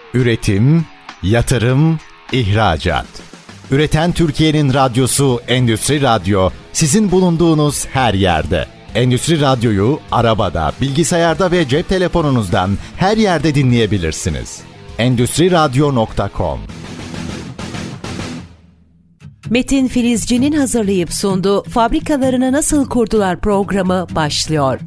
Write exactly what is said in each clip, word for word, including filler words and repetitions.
Üretim, yatırım, ihracat. Üreten Türkiye'nin radyosu Endüstri Radyo, sizin bulunduğunuz her yerde. Endüstri Radyo'yu arabada, bilgisayarda ve cep telefonunuzdan her yerde dinleyebilirsiniz. endüstri radyo nokta com. Metin Filizci'nin hazırlayıp sunduğu Fabrikalarını Nasıl Kurdular programı başlıyor.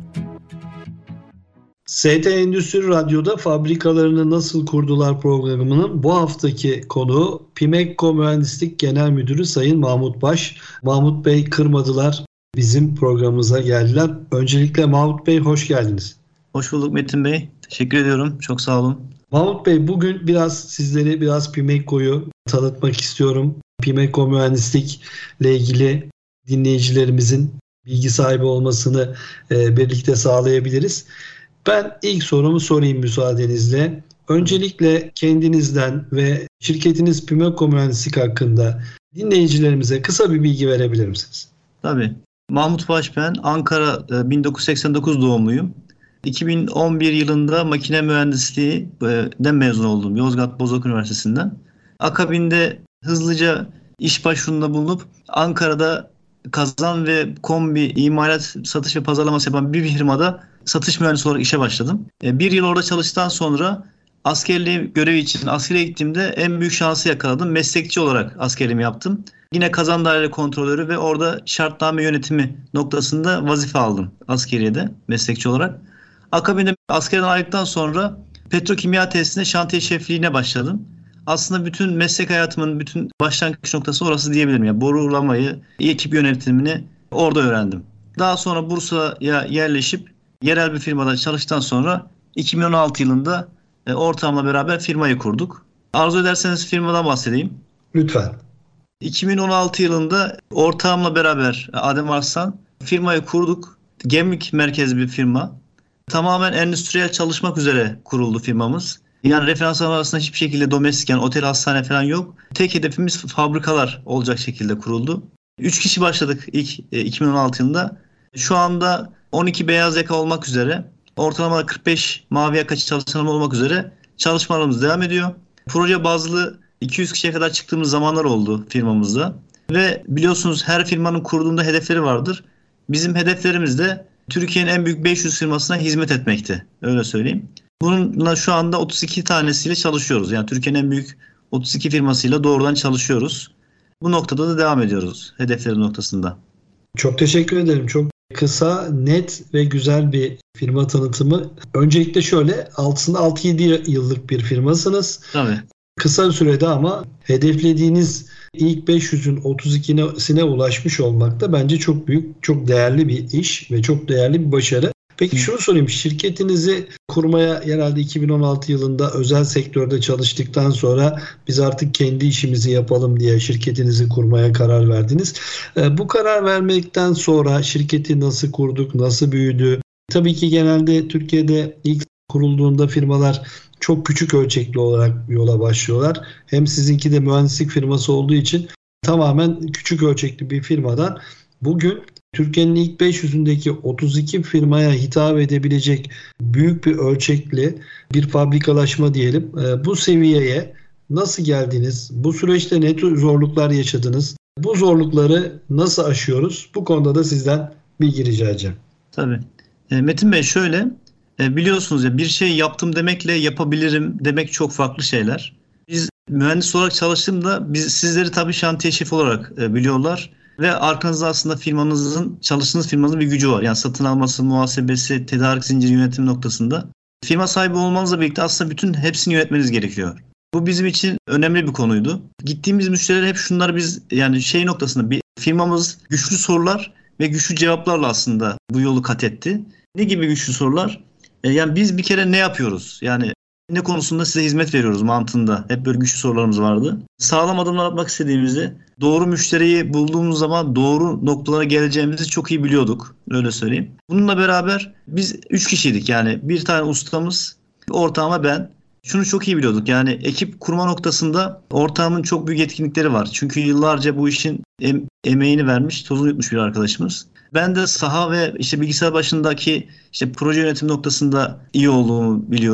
S T Endüstri Radyo'da Fabrikalarını Nasıl Kurdular programının bu haftaki konuğu Pimekko Mühendislik Genel Müdürü Sayın Mahmut Baş. Mahmut Bey kırmadılar, bizim programımıza geldiler. Öncelikle Mahmut Bey hoş geldiniz. Hoş bulduk Metin Bey. Teşekkür ediyorum. Çok sağ olun. Mahmut Bey, bugün biraz sizleri, biraz Pimekko'yu tanıtmak istiyorum. Pimekko Mühendislik ile ilgili dinleyicilerimizin bilgi sahibi olmasını e, birlikte sağlayabiliriz. Ben ilk sorumu sorayım müsaadenizle. Öncelikle kendinizden ve şirketiniz Pimekko Mühendislik hakkında dinleyicilerimize kısa bir bilgi verebilir misiniz? Tabii. Mahmut Baş ben. Ankara bin dokuz yüz seksen dokuz doğumluyum. iki bin on bir yılında makine mühendisliğinden mezun oldum. Yozgat Bozok Üniversitesi'nden. Akabinde hızlıca iş başvurunda bulunup Ankara'da kazan ve kombi imalat, satış ve pazarlaması yapan bir firmada satış mühendisi olarak işe başladım. Bir yıl orada çalıştıktan sonra askerliği görevi için askere gittiğimde en büyük şansı yakaladım. Meslekçi olarak askerliğimi yaptım. Yine kazan daire kontrolörü ve orada şartname yönetimi noktasında vazife aldım askeriyede meslekçi olarak. Akabinde askerden ayrıldıktan sonra petrokimya tesisinde şantiye şefliğine başladım. Aslında bütün meslek hayatımın bütün başlangıç noktası orası diyebilirim. Yani borulamayı, ekip yönetimini orada öğrendim. Daha sonra Bursa'ya yerleşip yerel bir firmada çalıştıktan sonra iki bin on altı yılında e, ortağımla beraber firmayı kurduk. Arzu ederseniz firmadan bahsedeyim. Lütfen. iki bin on altı yılında ortağımla beraber Adem Arslan firmayı kurduk. Gemlik merkezli bir firma. Tamamen endüstriyel çalışmak üzere kuruldu firmamız. Yani referanslar arasında hiçbir şekilde domestik, yani otel, hastane falan yok. Tek hedefimiz fabrikalar olacak şekilde kuruldu. Üç kişi başladık ilk e, iki bin on altı yılında. Şu anda on iki beyaz yaka olmak üzere, ortalama kırk beş mavi yaka çalışanım olmak üzere çalışmalarımız devam ediyor. Proje bazlı iki yüz kişiye kadar çıktığımız zamanlar oldu firmamızda. Ve biliyorsunuz her firmanın kurduğunda hedefleri vardır. Bizim hedeflerimiz de Türkiye'nin en büyük beş yüz firmasına hizmet etmekti. Öyle söyleyeyim. Bununla şu anda otuz iki tanesiyle çalışıyoruz. Yani Türkiye'nin en büyük otuz iki firmasıyla doğrudan çalışıyoruz. Bu noktada da devam ediyoruz hedeflerin noktasında. Çok teşekkür ederim. Çok kısa, net ve güzel bir firma tanıtımı. Öncelikle şöyle, aslında altı yedi yıllık bir firmasınız. Tabii. Kısa sürede ama hedeflediğiniz ilk beş yüzün otuz ikisine ulaşmış olmak da bence çok büyük, çok değerli bir iş ve çok değerli bir başarı. Peki şunu sorayım, şirketinizi kurmaya herhalde iki bin on altı yılında özel sektörde çalıştıktan sonra biz artık kendi işimizi yapalım diye şirketinizi kurmaya karar verdiniz. Bu karar vermekten sonra şirketi nasıl kurduk, nasıl büyüdü? Tabii ki genelde Türkiye'de ilk kurulduğunda firmalar çok küçük ölçekli olarak yola başlıyorlar. Hem sizinki de mühendislik firması olduğu için tamamen küçük ölçekli bir firmadan bugün Türkiye'nin ilk beş yüzündeki otuz iki firmaya hitap edebilecek büyük bir ölçekli bir fabrikalaşma diyelim. Bu seviyeye nasıl geldiniz? Bu süreçte ne tür zorluklar yaşadınız? Bu zorlukları nasıl aşıyoruz? Bu konuda da sizden bilgi rica edeceğim. Tabii. E, Metin Bey şöyle, e, biliyorsunuz ya bir şey yaptım demekle yapabilirim demek çok farklı şeyler. Biz mühendis olarak çalıştığımda biz sizleri tabii şantiye şefi olarak e, biliyorlar. Ve arkanızda aslında firmanızın, çalıştığınız firmanızın bir gücü var. Yani satın alması, muhasebesi, tedarik zinciri yönetimi noktasında. Firma sahibi olmanızla birlikte aslında bütün hepsini yönetmeniz gerekiyor. Bu bizim için önemli bir konuydu. Gittiğimiz müşteriler hep şunlar, biz yani şey noktasında bir firmamız güçlü sorular ve güçlü cevaplarla aslında bu yolu kat etti. Ne gibi güçlü sorular? E yani biz bir kere ne yapıyoruz? Yani ne konusunda size hizmet veriyoruz mantığında. Hep böyle güçlü sorularımız vardı. Sağlam adımlar atmak istediğimizde doğru müşteriyi bulduğumuz zaman doğru noktalara geleceğimizi çok iyi biliyorduk. Öyle söyleyeyim. Bununla beraber biz üç kişiydik. Yani bir tane ustamız, ortağıma ben. Şunu çok iyi biliyorduk. Yani ekip kurma noktasında ortağımın çok büyük etkinlikleri var. Çünkü yıllarca bu işin em- emeğini vermiş, tozunu yutmuş bir arkadaşımız. Ben de saha ve işte bilgisayar başındaki işte proje yönetim noktasında iyi olduğumu biliyorum.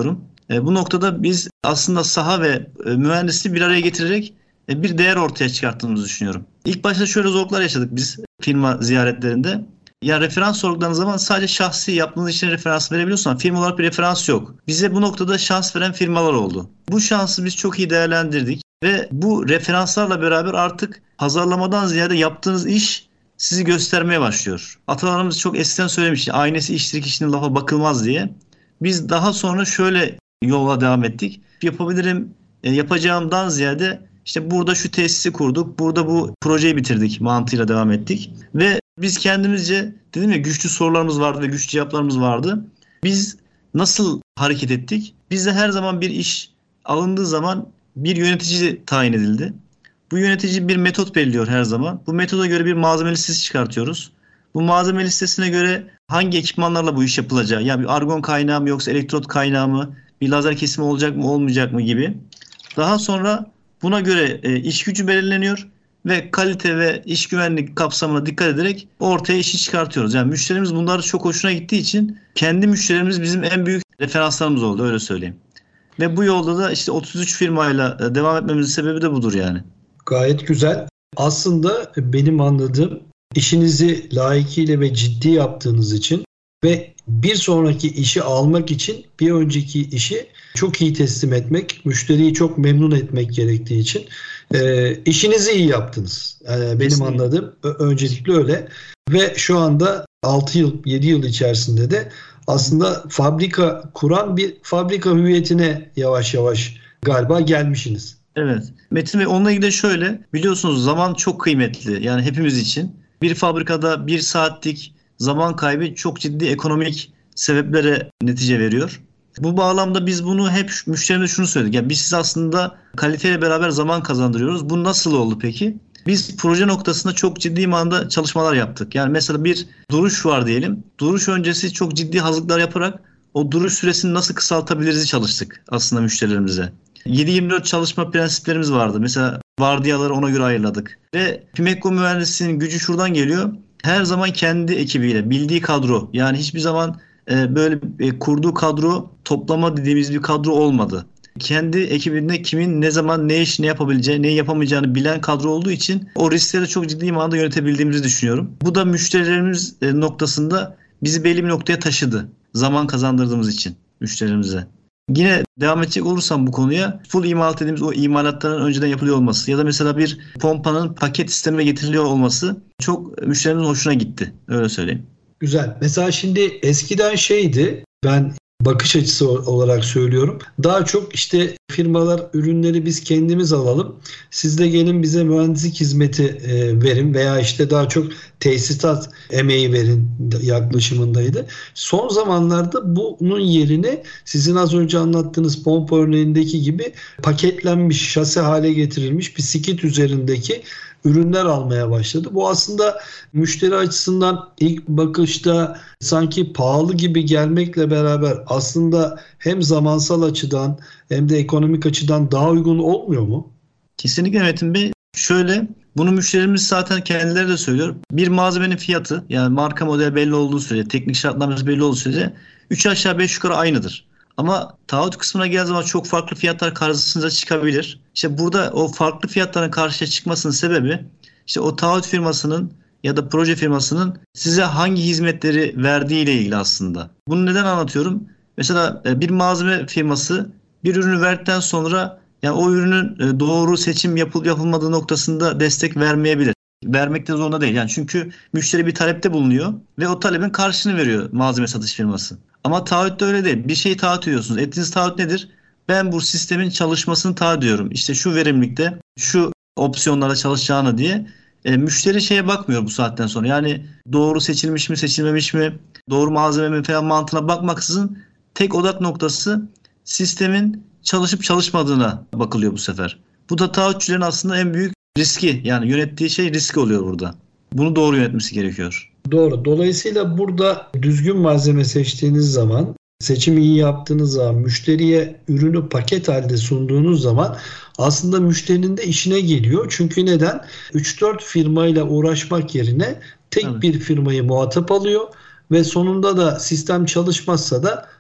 E, bu noktada biz aslında saha ve e, mühendisliği bir araya getirerek e, bir değer ortaya çıkarttığımızı düşünüyorum. İlk başta şöyle zorluklar yaşadık biz firma ziyaretlerinde. Ya referans sorduklarınız zaman sadece şahsi yaptığınız işine referans verebiliyorsun ama firma olarak bir referans yok. Bize bu noktada şans veren firmalar oldu. Bu şansı biz çok iyi değerlendirdik ve bu referanslarla beraber artık pazarlamadan ziyade yaptığınız iş sizi göstermeye başlıyor. Atalarımız çok eskiden söylemiş, aynesi iştir kişinin lafa bakılmaz diye. Biz daha sonra şöyle yola devam ettik. Yapabilirim, yapacağımdan ziyade işte burada şu tesisi kurduk, burada bu projeyi bitirdik mantığıyla devam ettik. Ve biz kendimizce, dedim ya, güçlü sorularımız vardı ve güçlü cevaplarımız vardı. Biz nasıl hareket ettik? Bizde her zaman bir iş alındığı zaman bir yönetici tayin edildi. Bu yönetici bir metot belirliyor her zaman. Bu metoda göre bir malzeme listesi çıkartıyoruz. Bu malzeme listesine göre hangi ekipmanlarla bu iş yapılacağı, yani bir argon kaynağı mı yoksa elektrot kaynağı mı, bir lazer kesimi olacak mı olmayacak mı gibi. Daha sonra buna göre e, iş gücü belirleniyor ve kalite ve iş güvenlik kapsamına dikkat ederek ortaya işi çıkartıyoruz. Yani müşterimiz bunlar çok hoşuna gittiği için kendi müşterimiz bizim en büyük referanslarımız oldu, öyle söyleyeyim. Ve bu yolda da işte otuz üç firmayla devam etmemizin sebebi de budur yani. Gayet güzel. Aslında benim anladığım, işinizi layıkıyla ve ciddi yaptığınız için ve bir sonraki işi almak için bir önceki işi çok iyi teslim etmek, müşteriyi çok memnun etmek gerektiği için e, işinizi iyi yaptınız. E, benim Kesinlikle. anladığım öncelikle öyle. Ve şu anda altı yıl, yedi yıl içerisinde de aslında fabrika kuran bir fabrika hüviyetine yavaş yavaş galiba gelmişsiniz. Evet. Metin Bey, onunla ilgili de şöyle, biliyorsunuz zaman çok kıymetli yani hepimiz için. Bir fabrikada bir saatlik zaman kaybı çok ciddi ekonomik sebeplere netice veriyor. Bu bağlamda biz bunu hep müşterimize şunu söyledik. Yani biz size aslında kaliteyle beraber zaman kazandırıyoruz. Bu nasıl oldu peki? Biz proje noktasında çok ciddi manada çalışmalar yaptık. Yani mesela bir duruş var diyelim. Duruş öncesi çok ciddi hazırlıklar yaparak o duruş süresini nasıl kısaltabiliriz çalıştık aslında müşterilerimize. yedi yirmi dört çalışma prensiplerimiz vardı. Mesela vardiyaları ona göre ayırladık. Ve Pimecco mühendisinin gücü şuradan geliyor. Her zaman kendi ekibiyle, bildiği kadro. Yani hiçbir zaman e, böyle e, kurduğu kadro toplama dediğimiz bir kadro olmadı. Kendi ekibinde kimin ne zaman ne iş ne yapabileceği, neyi yapamayacağını bilen kadro olduğu için o riskleri çok ciddi manada yönetebildiğimizi düşünüyorum. Bu da müşterilerimiz e, noktasında bizi belli bir noktaya taşıdı. Zaman kazandırdığımız için müşterilerimize. Yine devam edecek olursam bu konuya, full imalat dediğimiz o imalatların önceden yapılıyor olması ya da mesela bir pompanın paket sistemine getiriliyor olması çok müşterinin hoşuna gitti. Öyle söyleyeyim. Güzel. Mesela şimdi eskiden şeydi, ben bakış açısı olarak söylüyorum. Daha çok işte firmalar ürünleri biz kendimiz alalım. Siz de gelin bize mühendislik hizmeti e, verin veya işte daha çok tesisat emeği verin yaklaşımındaydı. Son zamanlarda bunun yerine sizin az önce anlattığınız pompa örneğindeki gibi paketlenmiş, şase hale getirilmiş bir skit üzerindeki ürünler almaya başladı. Bu aslında müşteri açısından ilk bakışta sanki pahalı gibi gelmekle beraber aslında hem zamansal açıdan hem de ekonomik açıdan daha uygun olmuyor mu? Kesinlikle Metin Bey. Şöyle, bunu müşterimiz zaten kendileri de söylüyor. Bir malzemenin fiyatı, yani marka model belli olduğu sürece, teknik şartlarımız belli olduğu sürece üç aşağı beş yukarı aynıdır. Ama taahhüt kısmına geldiği zaman çok farklı fiyatlar karşısınıza çıkabilir. İşte burada o farklı fiyatların karşıya çıkmasının sebebi işte o taahhüt firmasının ya da proje firmasının size hangi hizmetleri verdiği ile ilgili aslında. Bunu neden anlatıyorum? Mesela bir malzeme firması bir ürünü verdikten sonra yani o ürünün doğru seçim yapılıp yapılmadığı noktasında destek vermeyebilir. Vermekte zorunda değil. Yani çünkü müşteri bir talepte bulunuyor ve o talebin karşılığını veriyor malzeme satış firması. Ama taahhütte öyle değil. Bir şeyi taahhüt ediyorsunuz. Ettiğiniz taahhüt nedir? Ben bu sistemin çalışmasını taahhüt ediyorum. İşte şu verimlilikte, şu opsiyonlara çalışacağını diye. E, müşteri şeye bakmıyor bu saatten sonra. Yani doğru seçilmiş mi, seçilmemiş mi, doğru malzeme mi falan mantığına bakmaksızın tek odak noktası sistemin çalışıp çalışmadığına bakılıyor bu sefer. Bu da taahhütçülerin aslında en büyük riski. Yani yönettiği şey riski oluyor burada. Bunu doğru yönetmesi gerekiyor. Doğru. Dolayısıyla burada düzgün malzeme seçtiğiniz zaman, seçimi iyi yaptığınız zaman, müşteriye ürünü paket halde sunduğunuz zaman aslında müşterinin de işine geliyor. Çünkü neden? üç dört firmayla uğraşmak yerine tek evet. bir firmayı muhatap alıyor ve sonunda da sistem çalışmazsa da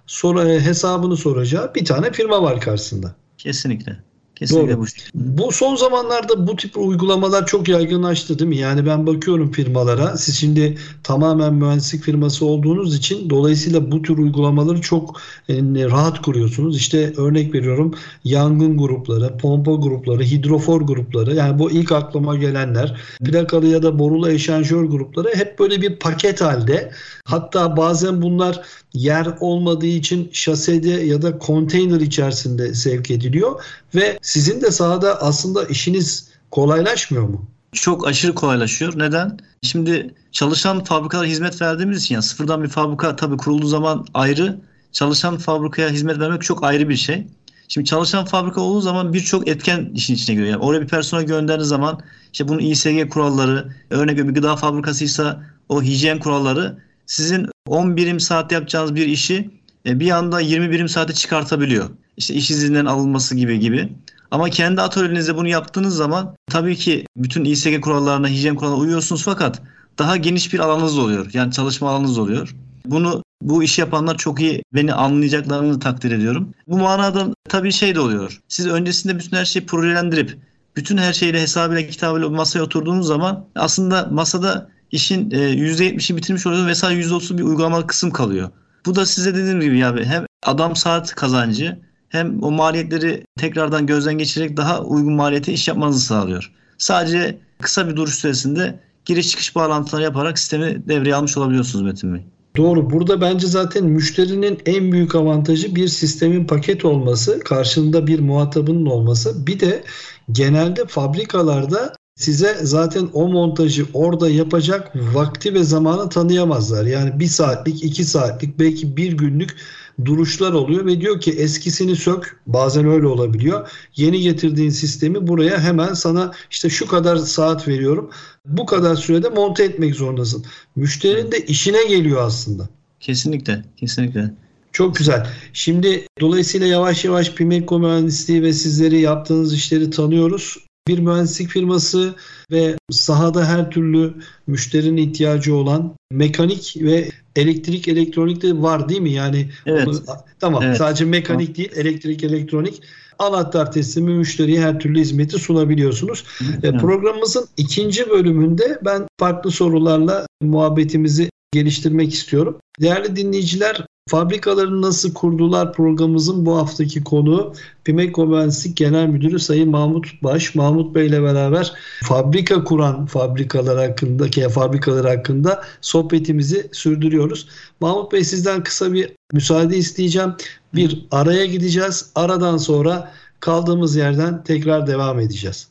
sonra hesabını soracağı bir tane firma var karşısında. Kesinlikle. Kesinlikle Doğru. Bu. bu son zamanlarda bu tip uygulamalar çok yaygınlaştı değil mi? Yani ben bakıyorum firmalara. Siz şimdi tamamen mühendislik firması olduğunuz için dolayısıyla bu tür uygulamaları çok yani, rahat kuruyorsunuz. İşte örnek veriyorum yangın grupları, pompa grupları, hidrofor grupları, yani bu ilk aklıma gelenler, plakalı ya da borulu eşanjör grupları hep böyle bir paket halde. Hatta bazen bunlar yer olmadığı için şasede ya da konteyner içerisinde sevk ediliyor ve sizin de sahada aslında işiniz kolaylaşmıyor mu? Çok aşırı kolaylaşıyor. Neden? Şimdi çalışan fabrikalara hizmet verdiğimiz için, yani sıfırdan bir fabrika tabii kurulduğu zaman ayrı, çalışan fabrikaya hizmet vermek çok ayrı bir şey. Şimdi çalışan fabrika olduğu zaman birçok etken işin içine giriyor. Yani oraya bir personel gönderdiğiniz zaman işte bunun İ S G kuralları, örnek bir gıda fabrikasıysa o hijyen kuralları sizin on birim saat yapacağınız bir işi bir anda yirmi birim saate çıkartabiliyor. İşte iş izinden alınması gibi gibi. Ama kendi atölyenizde bunu yaptığınız zaman tabii ki bütün İ S G kurallarına, hijyen kurallarına uyuyorsunuz fakat daha geniş bir alanınız oluyor. Yani çalışma alanınız oluyor. Bunu bu işi yapanlar çok iyi beni anlayacaklarını takdir ediyorum. Bu manada tabii şey de oluyor. Siz öncesinde bütün her şeyi projelendirip bütün her şeyle hesabıyla kitabıyla masaya oturduğunuz zaman aslında masada işin yüzde yetmişini bitirmiş oluyorsunuz ve sadece yüzde otuz bir uygulamalı kısım kalıyor. Bu da size dediğim gibi ya hem adam saat kazancı hem o maliyetleri tekrardan gözden geçirerek daha uygun maliyete iş yapmanızı sağlıyor. Sadece kısa bir duruş süresinde giriş çıkış bağlantıları yaparak sistemi devreye almış olabiliyorsunuz Metin Bey. Doğru. Burada bence zaten müşterinin en büyük avantajı bir sistemin paket olması, karşında bir muhatabının olması. Bir de genelde fabrikalarda size zaten o montajı orada yapacak vakti ve zamanı tanıyamazlar. Yani bir saatlik, iki saatlik, belki bir günlük duruşlar oluyor ve diyor ki eskisini sök, bazen öyle olabiliyor. Yeni getirdiğin sistemi buraya hemen sana işte şu kadar saat veriyorum, bu kadar sürede monte etmek zorundasın. Müşterinin de işine geliyor aslında. Kesinlikle, kesinlikle. Çok güzel. Şimdi dolayısıyla yavaş yavaş Pimeko mühendisliği ve sizleri yaptığınız işleri tanıyoruz. Bir mühendislik firması ve sahada her türlü müşterinin ihtiyacı olan mekanik ve elektrik elektronik de var değil mi? Yani evet. Onu, tamam evet. Sadece mekanik tamam. değil, elektrik elektronik. Anahtar teslimi müşteriye her türlü hizmeti sunabiliyorsunuz. Evet. Programımızın ikinci bölümünde ben farklı sorularla muhabbetimizi geliştirmek istiyorum. Değerli dinleyiciler, fabrikaları nasıl kurdular programımızın bu haftaki konuğu Pimeko Mühendislik Genel Müdürü Sayın Mahmut Baş. Mahmut Bey ile beraber fabrika kuran fabrikalar hakkındaki fabrikalar hakkında sohbetimizi sürdürüyoruz. Mahmut Bey, sizden kısa bir müsaade isteyeceğim. Bir araya gideceğiz. Aradan sonra kaldığımız yerden tekrar devam edeceğiz.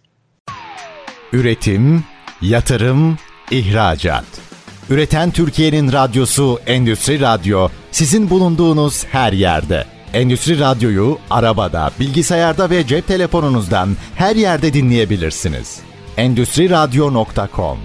Üretim, yatırım, ihracat. Üreten Türkiye'nin radyosu Endüstri Radyo, sizin bulunduğunuz her yerde. Endüstri Radyo'yu arabada, bilgisayarda ve cep telefonunuzdan her yerde dinleyebilirsiniz. endüstri radyo nokta com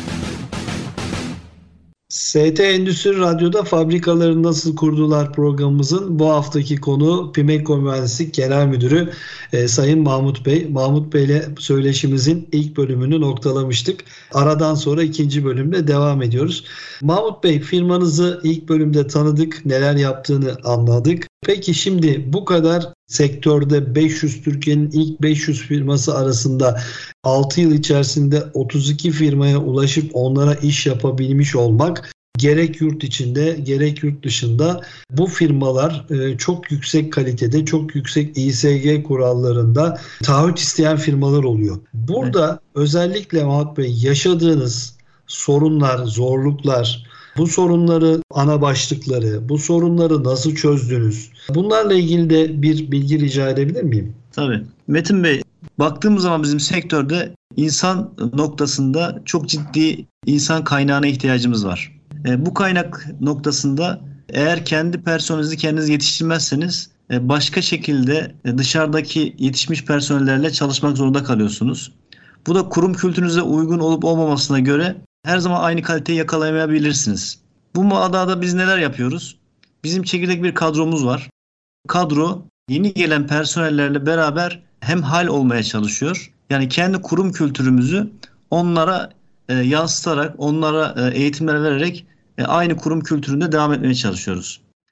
S T Endüstri Radyo'da fabrikaları nasıl kurdular programımızın bu haftaki konuğu Pimeko Mühendislik Genel Müdürü e, Sayın Mahmut Bey. Mahmut Bey ile söyleşimizin ilk bölümünü noktalamıştık. Aradan sonra ikinci bölümde devam ediyoruz. Mahmut Bey, firmanızı ilk bölümde tanıdık, neler yaptığını anladık. Peki şimdi bu kadar sektörde beş yüz Türkiye'nin ilk beş yüz firması arasında altı yıl içerisinde otuz iki firmaya ulaşıp onlara iş yapabilmiş olmak, gerek yurt içinde gerek yurt dışında bu firmalar çok yüksek kalitede, çok yüksek İ S G kurallarında taahhüt isteyen firmalar oluyor. Burada evet. Özellikle Mahmut Bey, yaşadığınız sorunlar, zorluklar, bu sorunları, ana başlıkları, bu sorunları nasıl çözdünüz? Bunlarla ilgili de bir bilgi rica edebilir miyim? Tabii. Metin Bey, baktığımız zaman bizim sektörde insan noktasında çok ciddi insan kaynağına ihtiyacımız var. E, bu kaynak noktasında eğer kendi personelinizi kendiniz yetiştirmezseniz e, başka şekilde e, dışarıdaki yetişmiş personellerle çalışmak zorunda kalıyorsunuz. Bu da kurum kültürünüze uygun olup olmamasına göre her zaman aynı kaliteyi yakalayamayabilirsiniz. Bu manada biz neler yapıyoruz? Bizim çekirdek bir kadromuz var. Kadro yeni gelen personellerle beraber hemhal olmaya çalışıyor. Yani kendi kurum kültürümüzü onlara e, yansıtarak, onlara e, eğitimler vererek e, aynı kurum kültüründe devam etmeye çalışıyoruz.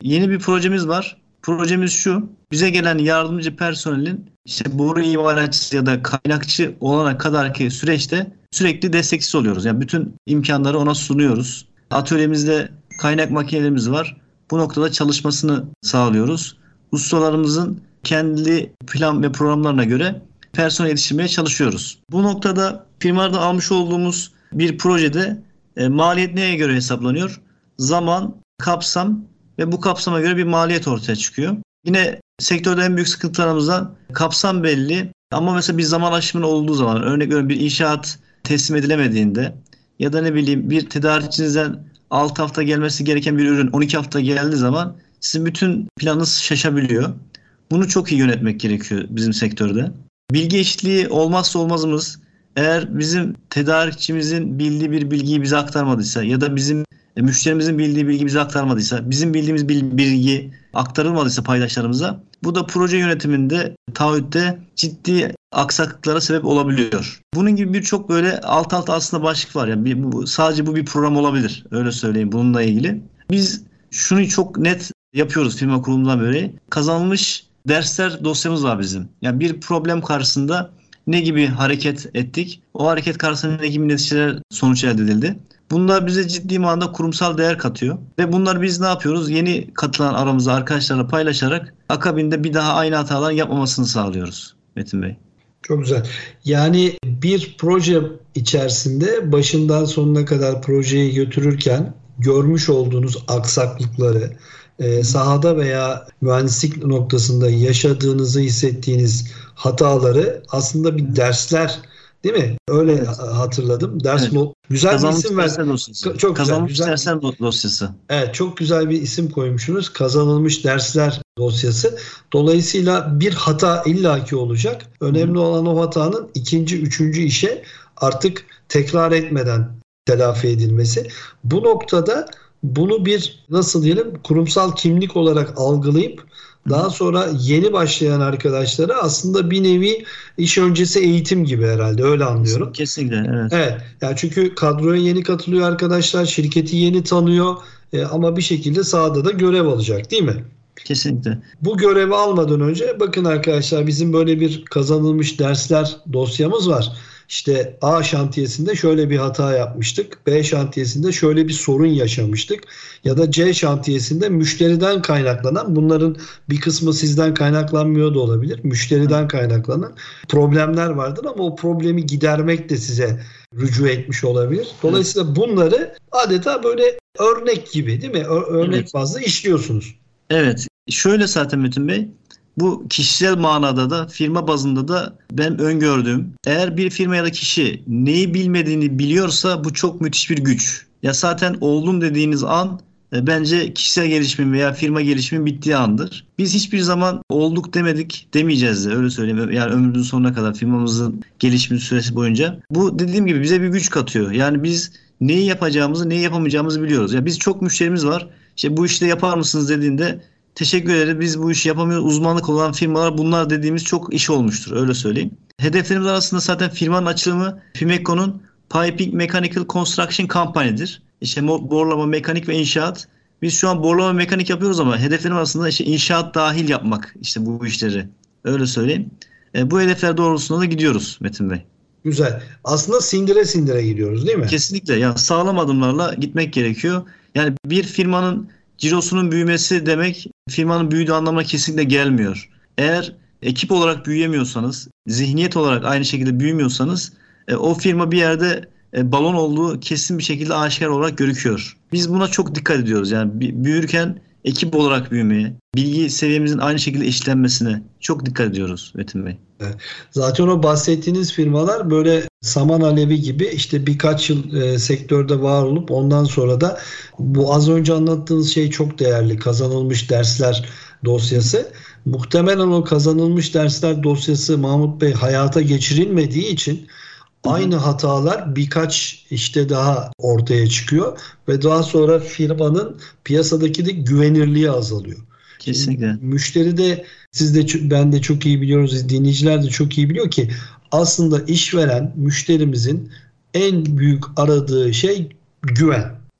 Yeni bir projemiz var. Projemiz şu. Bize gelen yardımcı personelin işte boru imalatçısı ya da kaynakçı olana kadarki süreçte sürekli destekçisi oluyoruz. Yani bütün imkanları ona sunuyoruz. Atölyemizde kaynak makinelerimiz var. Bu noktada çalışmasını sağlıyoruz. Ustalarımızın kendi plan ve programlarına göre personel yetiştirmeye çalışıyoruz. Bu noktada firmalarda almış olduğumuz bir projede e, maliyet neye göre hesaplanıyor? Zaman, kapsam ve bu kapsama göre bir maliyet ortaya çıkıyor. Yine sektörde en büyük sıkıntılarımızdan kapsam belli ama mesela bir zaman aşımının olduğu zaman, örnek veriyorum bir inşaat teslim edilemediğinde ya da ne bileyim bir tedarikçinizden altı hafta gelmesi gereken bir ürün on iki hafta geldiği zaman sizin bütün planınız şaşabiliyor. Bunu çok iyi yönetmek gerekiyor bizim sektörde. Bilgi eşitliği olmazsa olmazımız. Eğer bizim tedarikçimizin bildiği bir bilgiyi bize aktarmadıysa ya da bizim müşterimizin bildiği bilgi bize aktarmadıysa, bizim bildiğimiz bilgi aktarılmadıysa paydaşlarımıza, bu da proje yönetiminde, taahhütte ciddi aksaklıklara sebep olabiliyor. Bunun gibi birçok böyle alt alt aslında başlık var. Yani bir, bu, sadece bu bir program olabilir. Öyle söyleyeyim bununla ilgili. Biz şunu çok net yapıyoruz firma kurulumdan beri. Kazanılmış dersler dosyamız var bizim. Yani bir problem karşısında ne gibi hareket ettik? O hareket karşısında ne gibi neticeler sonuç elde edildi? Bunlar bize ciddi manada kurumsal değer katıyor. Ve bunları biz ne yapıyoruz? Yeni katılan aramızda arkadaşlarla paylaşarak akabinde bir daha aynı hatalar yapmamasını sağlıyoruz Metin Bey. Çok güzel. Yani bir proje içerisinde başından sonuna kadar projeyi götürürken görmüş olduğunuz aksaklıkları, e, sahada veya mühendislik noktasında yaşadığınızı hissettiğiniz hataları aslında bir dersler, değil mi? Öyle evet. hatırladım. Ders evet. not. Güzel Kazanmış bir isim ver. Dosyası. Çok Kazanmış güzel. dersler dosyası. Evet, çok güzel bir isim koymuşsunuz. Kazanılmış dersler dosyası. Dolayısıyla bir hata illaki olacak. Önemli Hı. olan o hatanın ikinci, üçüncü işe artık tekrar etmeden telafi edilmesi. Bu noktada bunu bir nasıl diyelim kurumsal kimlik olarak algılayıp daha sonra yeni başlayan arkadaşlara aslında bir nevi iş öncesi eğitim gibi herhalde, öyle anlıyorum. Kesinlikle evet. Evet. Yani çünkü kadroya yeni katılıyor arkadaşlar, şirketi yeni tanıyor e, ama bir şekilde sahada da görev alacak, değil mi? Kesinlikle. Bu görevi almadan önce bakın arkadaşlar, bizim böyle bir kazanılmış dersler dosyamız var. İşte A şantiyesinde şöyle bir hata yapmıştık. B şantiyesinde şöyle bir sorun yaşamıştık. Ya da C şantiyesinde müşteriden kaynaklanan, bunların bir kısmı sizden kaynaklanmıyor da olabilir. Müşteriden kaynaklanan problemler vardır ama o problemi gidermek de size rücu etmiş olabilir. Dolayısıyla bunları adeta böyle örnek gibi, değil mi? Ö- örnek evet. bazlı işliyorsunuz. Evet. Şöyle zaten Metin Bey, bu kişisel manada da firma bazında da ben öngördüğüm, eğer bir firma ya da kişi neyi bilmediğini biliyorsa bu çok müthiş bir güç. Ya zaten oldum dediğiniz an e, bence kişisel gelişimin veya firma gelişimin bittiği andır. Biz hiçbir zaman olduk demedik, demeyeceğiz de, öyle söyleyeyim. Yani ömrümüzün sonuna kadar firmamızın gelişim süresi boyunca. Bu dediğim gibi bize bir güç katıyor. Yani biz neyi yapacağımızı, neyi yapamayacağımızı biliyoruz. Ya biz çok müşterimiz var. İşte bu işi de yapar mısınız dediğinde teşekkür ederim, biz bu işi yapamıyoruz. Uzmanlık olan firmalar bunlar dediğimiz çok iş olmuştur. Öyle söyleyeyim. Hedeflerimiz arasında zaten firmanın açılımı Fimeco'nun Piping Mechanical Construction Company'dir. İşte borlama, mekanik ve inşaat. Biz şu an borlama mekanik yapıyoruz ama hedeflerim arasında işte inşaat dahil yapmak, işte bu işleri. Öyle söyleyeyim. E, bu hedefler doğrultusunda da gidiyoruz Metin Bey. Güzel. Aslında sindire sindire gidiyoruz, değil mi? Kesinlikle. Yani sağlam adımlarla gitmek gerekiyor. Yani bir firmanın cirosunun büyümesi demek firmanın büyüdüğü anlamına kesinlikle gelmiyor. Eğer ekip olarak büyüyemiyorsanız, zihniyet olarak aynı şekilde büyümüyorsanız e, o firma bir yerde e, balon olduğu kesin bir şekilde aşikar olarak görüküyor. Biz buna çok dikkat ediyoruz. Yani büyürken ekip olarak büyümeye, bilgi seviyemizin aynı şekilde eşitlenmesine çok dikkat ediyoruz Metin Bey. Zaten o bahsettiğiniz firmalar böyle saman alevi gibi işte birkaç yıl e, sektörde var olup ondan sonra da bu az önce anlattığınız şey çok değerli. Kazanılmış dersler dosyası. Muhtemelen o kazanılmış dersler dosyası Mahmut Bey hayata geçirilmediği için aynı hatalar birkaç işte daha ortaya çıkıyor ve daha sonra firmanın piyasadaki de güvenirliği azalıyor. Kesinlikle. Müşteri de, siz de ben de çok iyi biliyoruz, dinleyiciler de çok iyi biliyor ki aslında işveren müşterimizin en büyük aradığı şey güven.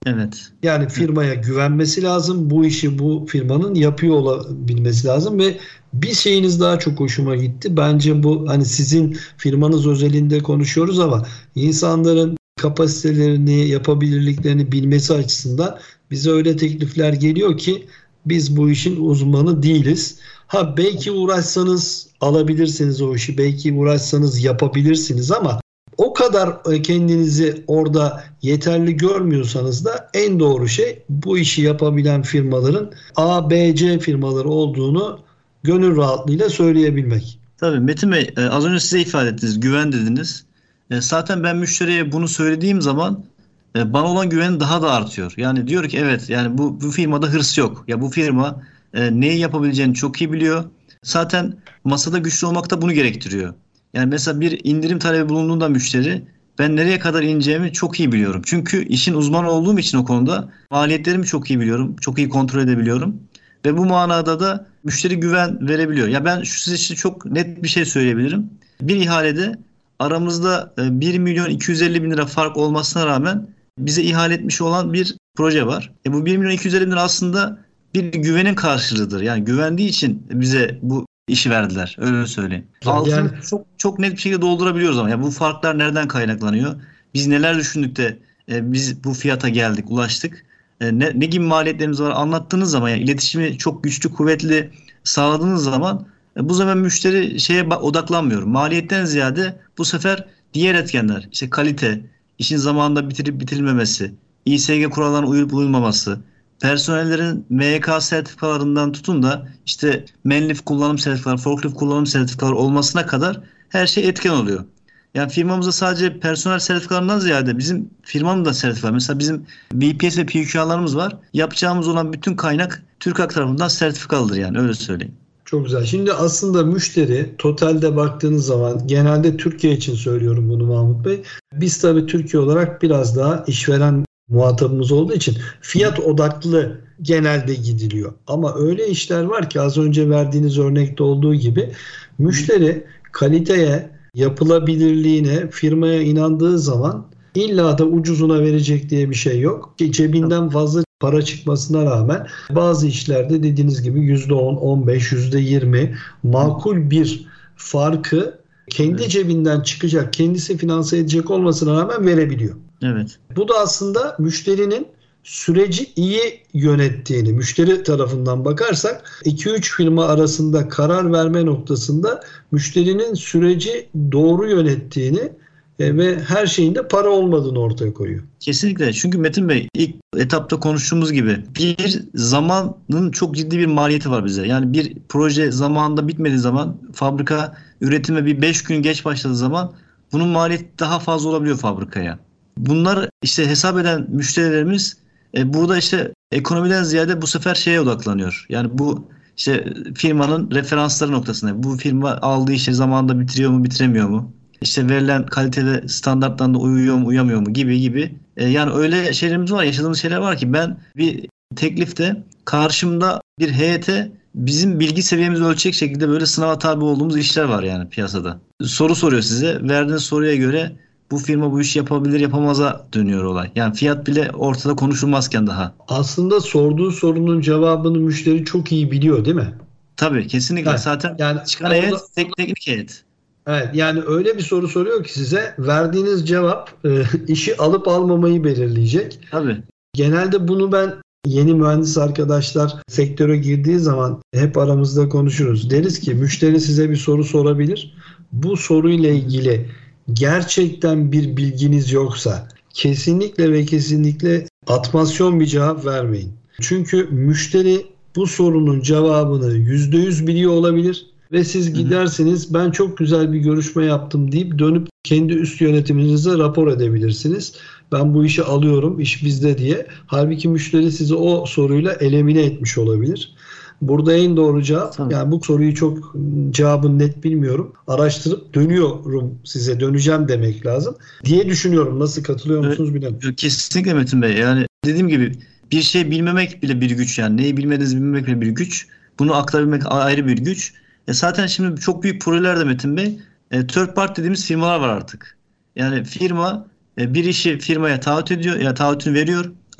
Evet. Yani firmaya güvenmesi lazım. Bu işi bu firmanın yapıyor olabilmesi lazım ve bir şeyiniz daha çok hoşuma gitti. Bence bu, hani sizin firmanız özelinde konuşuyoruz ama insanların kapasitelerini, yapabilirliklerini bilmesi açısından bize öyle teklifler geliyor ki biz bu işin uzmanı değiliz. Ha, belki uğraşsanız alabilirsiniz o işi, belki uğraşsanız yapabilirsiniz ama o kadar kendinizi orada yeterli görmüyorsanız da en doğru şey bu işi yapabilen firmaların A, B, C firmaları olduğunu gönül rahatlığıyla söyleyebilmek. Tabii Metin Bey, az önce size ifade ettiniz, güven dediniz. Zaten ben müşteriye bunu söylediğim zaman bana olan güven daha da artıyor. Yani diyor ki evet, yani bu, bu firmada hırs yok. Ya bu firma e, neyi yapabileceğini çok iyi biliyor. Zaten masada güçlü olmak da bunu gerektiriyor. Yani mesela bir indirim talebi bulunduğunda müşteri, ben nereye kadar ineceğimi çok iyi biliyorum. Çünkü işin uzmanı olduğum için o konuda maliyetlerimi çok iyi biliyorum. Çok iyi kontrol edebiliyorum. Ve bu manada da müşteri güven verebiliyor. Ya ben şu size işte çok net bir şey söyleyebilirim. Bir ihalede aramızda bir milyon iki yüz elli bin lira fark olmasına rağmen bize ihale etmiş olan bir proje var. E bu bir milyon iki yüz elli bin lira aslında bir güvenin karşılığıdır. Yani güvendiği için bize bu işi verdiler. Öyle söyleyeyim. Altını yani çok çok net bir şekilde doldurabiliyoruz ama ya bu farklar nereden kaynaklanıyor? Biz neler düşündük de e, biz bu fiyata geldik, ulaştık. E, ne, ne gibi maliyetlerimiz var anlattığınız zaman, yani iletişimi çok güçlü, kuvvetli sağladığınız zaman e, bu zaman müşteri şeye odaklanmıyor. Maliyetten ziyade bu sefer diğer etkenler, işte kalite, işin zamanında bitirip bitirilmemesi, İ S G kurallarına uyulup uyulmaması, personellerin M Y K sertifikalarından tutun da işte manlift kullanım sertifikaları, forklift kullanım sertifikaları olmasına kadar her şey etken oluyor. Yani firmamızda sadece personel sertifikalarından ziyade bizim firmanın da sertifikaları. Mesela bizim B P S ve P Q A'larımız var. Yapacağımız olan bütün kaynak TÜRKAK tarafından sertifikalıdır, yani öyle söyleyeyim. Çok güzel. Şimdi aslında müşteri totalde baktığınız zaman, genelde Türkiye için söylüyorum bunu Mahmut Bey. Biz tabii Türkiye olarak biraz daha işveren muhatabımız olduğu için fiyat odaklı genelde gidiliyor. Ama öyle işler var ki az önce verdiğiniz örnekte olduğu gibi müşteri kaliteye, yapılabilirliğine, firmaya inandığı zaman illa da ucuzuna verecek diye bir şey yok. Cebinden fazla para çıkmasına rağmen bazı işlerde dediğiniz gibi yüzde on, on beş, yüzde yirmi makul bir farkı kendi cebinden çıkacak, kendisi finanse edecek olmasına rağmen verebiliyor. Evet. Bu da aslında müşterinin süreci iyi yönettiğini, müşteri tarafından bakarsak iki üç firma arasında karar verme noktasında müşterinin süreci doğru yönettiğini ve her şeyinde para olmadığını ortaya koyuyor. Kesinlikle. Çünkü Metin Bey, ilk etapta konuştuğumuz gibi bir zamanın çok ciddi bir maliyeti var bize. Yani bir proje zamanında bitmediği zaman, fabrika üretime bir beş gün geç başladığı zaman bunun maliyeti daha fazla olabiliyor fabrikaya. Bunlar işte hesap eden müşterilerimiz e, burada işte ekonomiden ziyade bu sefer şeye odaklanıyor. Yani bu işte firmanın referansları noktasında. Bu firma aldığı işi zamanında bitiriyor mu, bitiremiyor mu? İşte verilen kaliteli standarttan da uyuyor mu, uyamıyor mu gibi gibi. E, yani öyle şeylerimiz var, yaşadığımız şeyler var ki ben bir teklifte karşımda bir heyete bizim bilgi seviyemizi ölçecek şekilde böyle sınava tabi olduğumuz işler var yani piyasada. Soru soruyor size. Verdiğiniz soruya göre bu firma bu işi yapabilir yapamaza dönüyor olay. Yani fiyat bile ortada konuşulmazken daha. Aslında sorduğu sorunun cevabını müşteri çok iyi biliyor değil mi? Tabii kesinlikle. Evet, zaten yani çıkan orada, heyet tek, teknik heyet. Evet, yani öyle bir soru soruyor ki size verdiğiniz cevap e, işi alıp almamayı belirleyecek. Tabii. Genelde bunu ben yeni mühendis arkadaşlar sektöre girdiği zaman hep aramızda konuşuruz. Deriz ki müşteri size bir soru sorabilir. Bu soruyla ilgili gerçekten bir bilginiz yoksa kesinlikle ve kesinlikle atmasyon bir cevap vermeyin. Çünkü müşteri bu sorunun cevabını yüzde yüz biliyor olabilir ve siz gidersiniz ben çok güzel bir görüşme yaptım deyip dönüp kendi üst yönetiminize rapor edebilirsiniz. Ben bu işi alıyorum, iş bizde diye. Halbuki müşteri sizi o soruyla elimine etmiş olabilir. Burada en doğru cevap, tamam, yani bu soruyu çok cevabını net bilmiyorum. Araştırıp dönüyorum size, döneceğim demek lazım diye düşünüyorum. Nasıl, katılıyor musunuz bilmem. Kesinlikle Metin Bey. Yani dediğim gibi bir şey bilmemek bile bir güç yani. Neyi bilmediğinizi bilmemek bile bir güç. Bunu aktarabilmek ayrı bir güç. E zaten şimdi çok büyük projelerde Metin Bey e, third party dediğimiz firmalar var artık. Yani firma e, bir işi firmaya taahhüt ediyor, ya taahhütünü veriyor.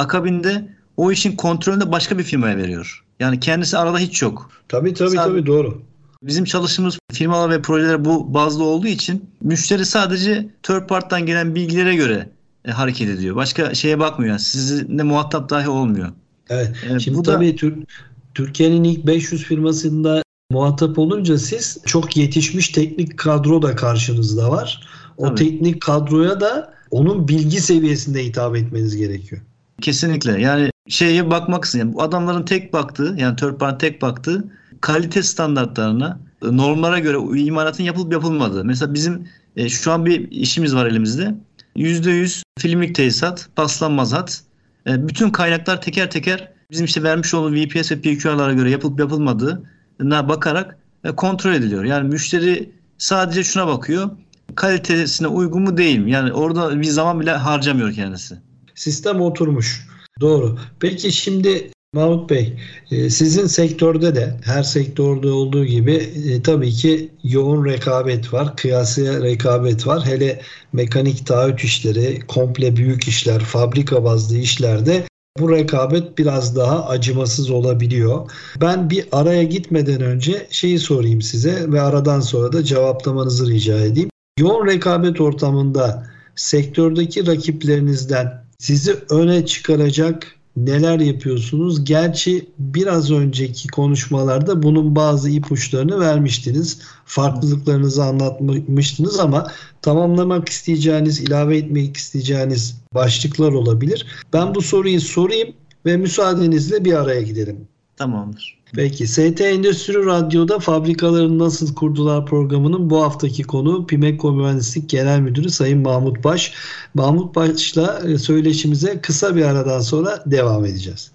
akabinde o işin kontrolünü de başka bir firmaya veriyor. Yani kendisi arada hiç yok. Tabii tabii Sadece tabii doğru. bizim çalıştığımız firmalar ve projeler bu bazlı olduğu için müşteri sadece third party'dan gelen bilgilere göre e, hareket ediyor. Başka şeye bakmıyor. Yani sizinle muhatap dahi olmuyor. Evet. E, Şimdi bu tabii da... Tür- Türkiye'nin ilk beş yüz firmasında muhatap olunca siz çok yetişmiş teknik kadro da karşınızda var. O Tabii. teknik kadroya da onun bilgi seviyesinde hitap etmeniz gerekiyor. Kesinlikle. Yani şeye bakmaksın. Yani bu adamların tek baktığı, yani third party tek baktığı kalite standartlarına, normlara göre imalatın yapılıp yapılmadığı. Mesela bizim e, şu an bir işimiz var elimizde. yüzde yüz filmlik tesisat, paslanmaz hat. E, bütün kaynaklar teker teker bizim işte vermiş olduğumuz V P S ve P Q R'lara göre yapılıp yapılmadığına bakarak e, kontrol ediliyor. Yani müşteri sadece şuna bakıyor. Kalitesine uygun mu değil mi? Yani orada bir zaman bile harcamıyor kendisi. Sistem oturmuş. Doğru. Peki şimdi Mahmut Bey, sizin sektörde de her sektörde olduğu gibi e, tabii ki yoğun rekabet var, kıyasi rekabet var. Hele mekanik taahhüt işleri, komple büyük işler, fabrika bazlı işlerde bu rekabet biraz daha acımasız olabiliyor. Ben bir araya gitmeden önce şeyi sorayım size ve aradan sonra da cevaplamanızı rica edeyim. Yoğun rekabet ortamında sektördeki rakiplerinizden sizi öne çıkaracak neler yapıyorsunuz? Gerçi biraz önceki konuşmalarda bunun bazı ipuçlarını vermiştiniz. Farklılıklarınızı anlatmıştınız ama tamamlamak isteyeceğiniz, ilave etmek isteyeceğiniz başlıklar olabilir. Ben bu soruyu sorayım ve müsaadenizle bir araya gidelim. Tamamdır. Peki, S T Endüstri Radyo'da Fabrikaları Nasıl Kurdular programının bu haftaki konuğu Pimeko Mühendislik Genel Müdürü Sayın Mahmut Baş. Mahmut Baş'la söyleşimize kısa bir aradan sonra devam edeceğiz.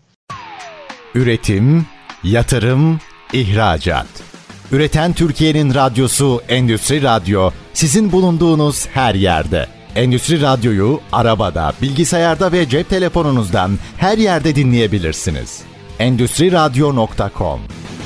Üretim, yatırım, ihracat. Üreten Türkiye'nin radyosu Endüstri Radyo, sizin bulunduğunuz her yerde. Endüstri Radyo'yu arabada, bilgisayarda ve cep telefonunuzdan her yerde dinleyebilirsiniz. endüstri radyo nokta com.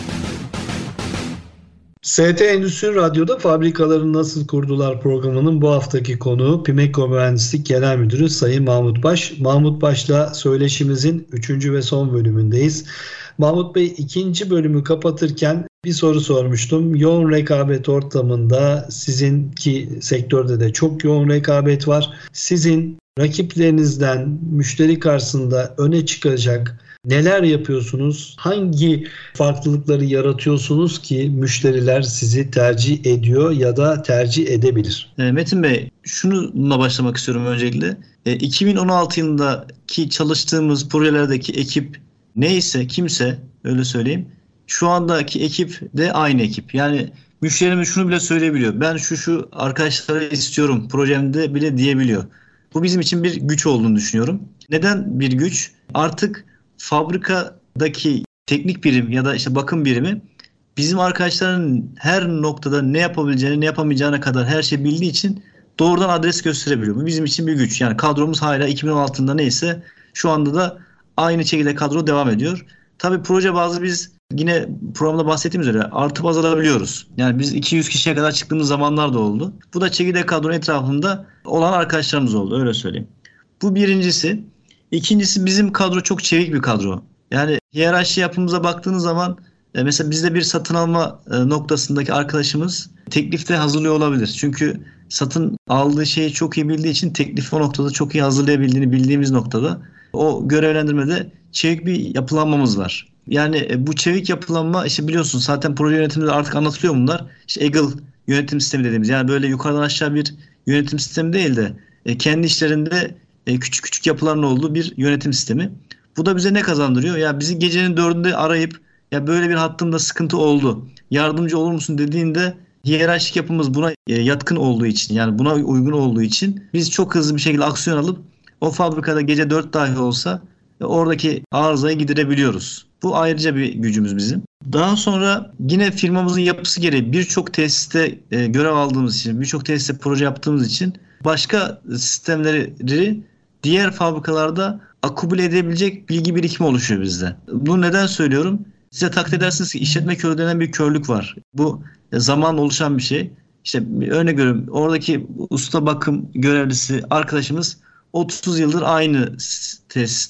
S T Endüstri Radyo'da Fabrikaları Nasıl Kurdular programının bu haftaki konuğu Pimeko Mühendislik Genel Müdürü Sayın Mahmut Baş. Mahmut Baş'la söyleşimizin üçüncü ve son bölümündeyiz. Mahmut Bey, ikinci bölümü kapatırken bir soru sormuştum. Yoğun rekabet ortamında, sizinki sektörde de çok yoğun rekabet var. Sizin rakiplerinizden müşteri karşısında öne çıkacak neler yapıyorsunuz? Hangi farklılıkları yaratıyorsunuz ki müşteriler sizi tercih ediyor ya da tercih edebilir? Metin Bey, şununla başlamak istiyorum öncelikle. iki bin on altı yılındaki çalıştığımız projelerdeki ekip neyse, kimse, öyle söyleyeyim, şu andaki ekip de aynı ekip. Yani müşterimiz şunu bile söyleyebiliyor. Ben şu şu arkadaşları istiyorum projemde bile diyebiliyor. Bu bizim için bir güç olduğunu düşünüyorum. Neden bir güç? Artık fabrikadaki teknik birim ya da işte bakım birimi bizim arkadaşların her noktada ne yapabileceğini, ne yapamayacağına kadar her şeyi bildiği için doğrudan adres gösterebiliyor. Bu bizim için bir güç. Yani kadromuz hala iki bin on altıda neyse şu anda da aynı şekilde kadro devam ediyor. Tabii proje bazlı biz yine programda bahsettiğimiz üzere artıp azalabiliyoruz. Yani biz iki yüz kişiye kadar çıktığımız zamanlar da oldu. Bu da çekirdek kadronun etrafında olan arkadaşlarımız oldu, öyle söyleyeyim. Bu birincisi. İkincisi, bizim kadro çok çevik bir kadro. Yani hiyerarşi yapımıza baktığınız zaman e, mesela bizde bir satın alma e, noktasındaki arkadaşımız teklifte hazırlıyor olabilir. Çünkü satın aldığı şeyi çok iyi bildiği için teklifi o noktada çok iyi hazırlayabildiğini bildiğimiz noktada o görevlendirmede çevik bir yapılanmamız var. Yani e, bu çevik yapılanma, işte biliyorsunuz zaten proje yönetiminde artık anlatılıyor bunlar. İşte Agile yönetim sistemi dediğimiz, yani böyle yukarıdan aşağı bir yönetim sistemi değil de e, kendi işlerinde küçük küçük yapıların olduğu bir yönetim sistemi. Bu da bize ne kazandırıyor? Ya bizi gecenin dördünde arayıp ya böyle bir hattımda sıkıntı oldu, yardımcı olur musun dediğinde hiyerarşik yapımız buna yatkın olduğu için, yani buna uygun olduğu için biz çok hızlı bir şekilde aksiyon alıp o fabrikada gece dört dahi olsa oradaki arızayı giderebiliyoruz. Bu ayrıca bir gücümüz bizim. Daha sonra yine firmamızın yapısı gereği birçok tesiste görev aldığımız için, birçok tesiste proje yaptığımız için başka sistemleri diğer fabrikalarda akümüle edebilecek bilgi birikimi oluşuyor bizde. Bunu neden söylüyorum? Size takdir edersiniz ki işletme körü denen bir körlük var. Bu zaman oluşan bir şey. İşte örnek veriyorum, oradaki usta bakım görevlisi arkadaşımız otuz yıldır aynı tesiste.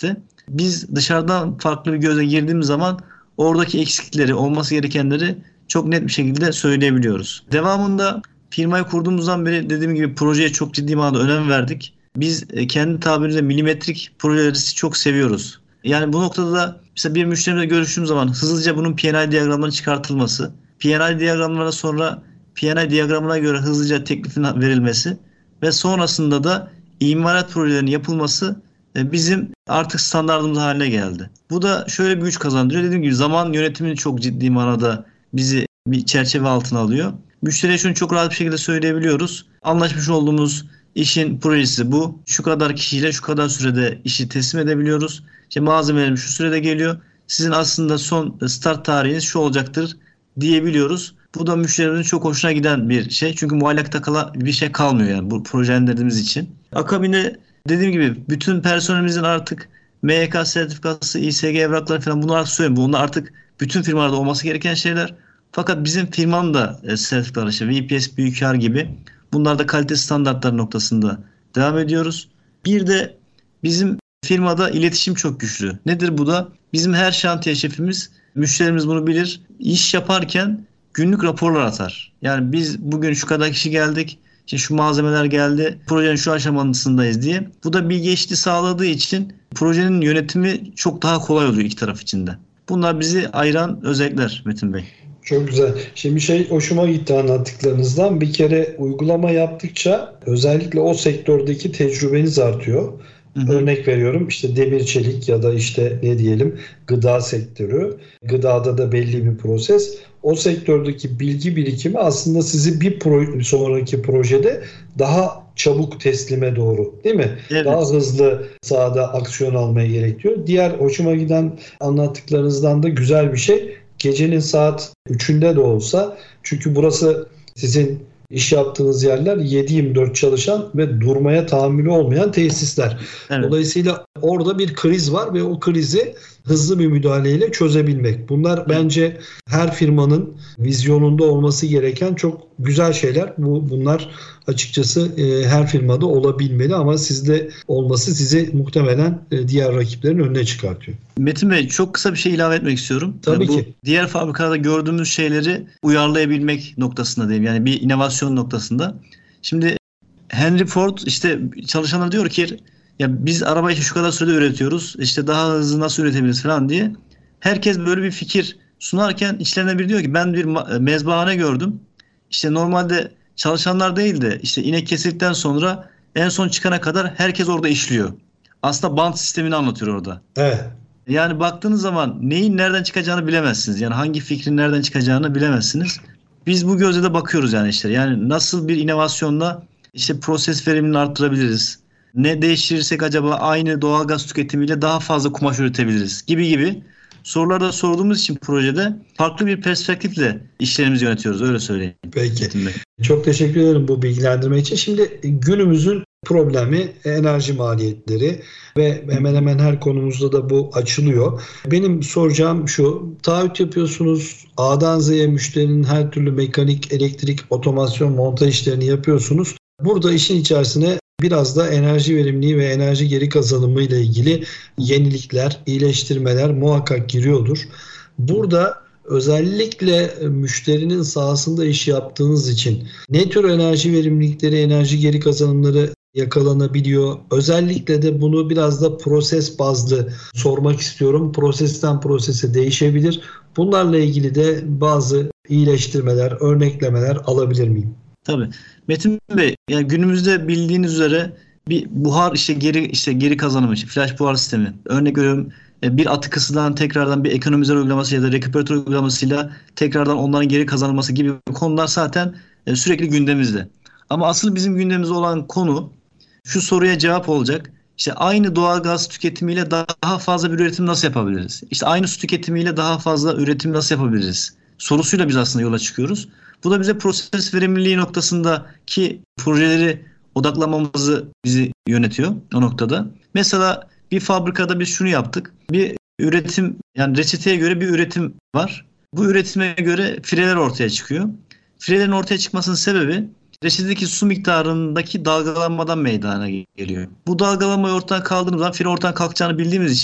biz dışarıdan farklı bir göze girdiğimiz zaman oradaki eksiklikleri, olması gerekenleri çok net bir şekilde söyleyebiliyoruz. Devamında firmayı kurduğumuzdan beri dediğim gibi projeye çok ciddi manada önem verdik. Biz kendi tabirimizde milimetrik projeleri çok seviyoruz. Yani bu noktada da mesela bir müşterimle görüştüğüm zaman hızlıca bunun P and L diyagramlarının çıkartılması, P and L diyagramlarına sonra P and L diyagramına göre hızlıca teklifin verilmesi ve sonrasında da imalat projelerinin yapılması bizim artık standardımız haline geldi. Bu da şöyle bir güç kazandırıyor. Dediğim gibi zaman yönetimini çok ciddi manada bizi bir çerçeve altına alıyor. Müşteriye şunu çok rahat bir şekilde söyleyebiliyoruz. Anlaşmış olduğumuz işin projesi bu. Şu kadar kişiyle şu kadar sürede işi teslim edebiliyoruz. İşte malzemelerim şu sürede geliyor. Sizin aslında son start tarihiniz şu olacaktır diyebiliyoruz. Bu da müşterilerin çok hoşuna giden bir şey. Çünkü muallakta kala bir şey kalmıyor yani bu projelendirdiğimiz için. Akabinde dediğim gibi bütün personelimizin artık M Y K sertifikası, İ S G evrakları falan bunlar artık söyleyeyim. Bunlar artık bütün firmalarda olması gereken şeyler. Fakat bizim firmanın da sertifikaları işte V P S büyük kar gibi bunlar da kalite standartları noktasında devam ediyoruz. Bir de bizim firmada iletişim çok güçlü. Nedir bu da? Bizim her şantiye şefimiz, müşterimiz bunu bilir. İş yaparken günlük raporlar atar. Yani biz bugün şu kadar kişi geldik, işte şu malzemeler geldi, projenin şu aşamasındayız diye. Bu da bilgi eşitliği sağladığı için projenin yönetimi çok daha kolay oluyor iki taraf için de. Bunlar bizi ayıran özellikler Metin Bey. Çok güzel. Şimdi şey hoşuma gitti anlattıklarınızdan. Bir kere uygulama yaptıkça özellikle o sektördeki tecrübeniz artıyor. Hı hı. Örnek veriyorum işte demir çelik ya da işte ne diyelim gıda sektörü. Gıdada da belli bir proses. O sektördeki bilgi birikimi aslında sizi bir pro- sonraki projede daha çabuk teslime doğru değil mi? Evet. Daha hızlı sahada aksiyon almaya gerekiyor. Diğer hoşuma giden anlattıklarınızdan da güzel bir şey. Gecenin saat üçünde de olsa çünkü burası sizin iş yaptığınız yerler yedi yirmi dört çalışan ve durmaya tahammülü olmayan tesisler. Evet. Dolayısıyla orada bir kriz var ve o krizi hızlı bir müdahaleyle çözebilmek. Bunlar bence her firmanın vizyonunda olması gereken çok güzel şeyler. Bu bunlar açıkçası e, her firmada olabilmeli ama sizde olması sizi muhtemelen e, diğer rakiplerin önüne çıkartıyor. Metin Bey çok kısa bir şey ilave etmek istiyorum. Tabii bu ki. Diğer fabrikalarda gördüğümüz şeyleri uyarlayabilmek noktasında diyeyim. Yani bir inovasyon noktasında. Şimdi Henry Ford işte çalışanlar diyor ki ya biz arabayı şu kadar sürede üretiyoruz. İşte daha hızlı nasıl üretebiliriz falan diye. Herkes böyle bir fikir sunarken içlerinden biri diyor ki ben bir mezbahane gördüm. İşte normalde çalışanlar değil de işte inek kesildikten sonra en son çıkana kadar herkes orada işliyor. Aslında bant sistemini anlatıyor orada. Evet. Yani baktığınız zaman neyin nereden çıkacağını bilemezsiniz. Yani hangi fikrin nereden çıkacağını bilemezsiniz. Biz bu gözle de bakıyoruz yani işte. Yani nasıl bir inovasyonla işte proses verimini arttırabiliriz. Ne değiştirirsek acaba aynı doğalgaz tüketimiyle daha fazla kumaş üretebiliriz gibi gibi soruları da sorduğumuz için projede farklı bir perspektifle işlerimizi yönetiyoruz öyle söyleyeyim. Peki. Çok teşekkür ederim bu bilgilendirme için. Şimdi günümüzün problemi enerji maliyetleri ve hemen hemen her konumuzda da bu açılıyor. Benim soracağım şu, taahhüt yapıyorsunuz, A'dan Z'ye müşterinin her türlü mekanik, elektrik, otomasyon, montaj işlerini yapıyorsunuz. Burada işin içerisine biraz da enerji verimliliği ve enerji geri kazanımı ile ilgili yenilikler, iyileştirmeler muhakkak giriyordur. Burada özellikle müşterinin sahasında iş yaptığınız için ne tür enerji verimlilikleri, enerji geri kazanımları yakalanabiliyor? Özellikle de bunu biraz da proses bazlı sormak istiyorum. Prosesten prosese değişebilir. Bunlarla ilgili de bazı iyileştirmeler, örneklemeler alabilir miyim? Tabii. Metin Bey, yani günümüzde bildiğiniz üzere bir buhar işte geri işte geri kazanımı, işte flash buhar sistemi. Örnek veriyorum bir atık ısıdan tekrardan bir ekonomizer uygulaması ya da reküperatör uygulamasıyla tekrardan onların geri kazanılması gibi konular zaten sürekli gündemimizde. Ama asıl bizim gündemimizde olan konu şu soruya cevap olacak. İşte aynı doğalgaz tüketimiyle daha fazla bir üretim nasıl yapabiliriz? İşte aynı su tüketimiyle daha fazla üretim nasıl yapabiliriz? Sorusuyla biz aslında yola çıkıyoruz. Bu da bize proses verimliliği noktasındaki projeleri odaklamamızı bizi yönetiyor o noktada. Mesela bir fabrikada biz şunu yaptık. Bir üretim yani reçeteye göre bir üretim var. Bu üretime göre fireler ortaya çıkıyor. Firelerin ortaya çıkmasının sebebi reçetedeki su miktarındaki dalgalanmadan meydana geliyor. Bu dalgalanmayı ortadan kaldırdığımız zaman fire ortadan kalkacağını bildiğimiz için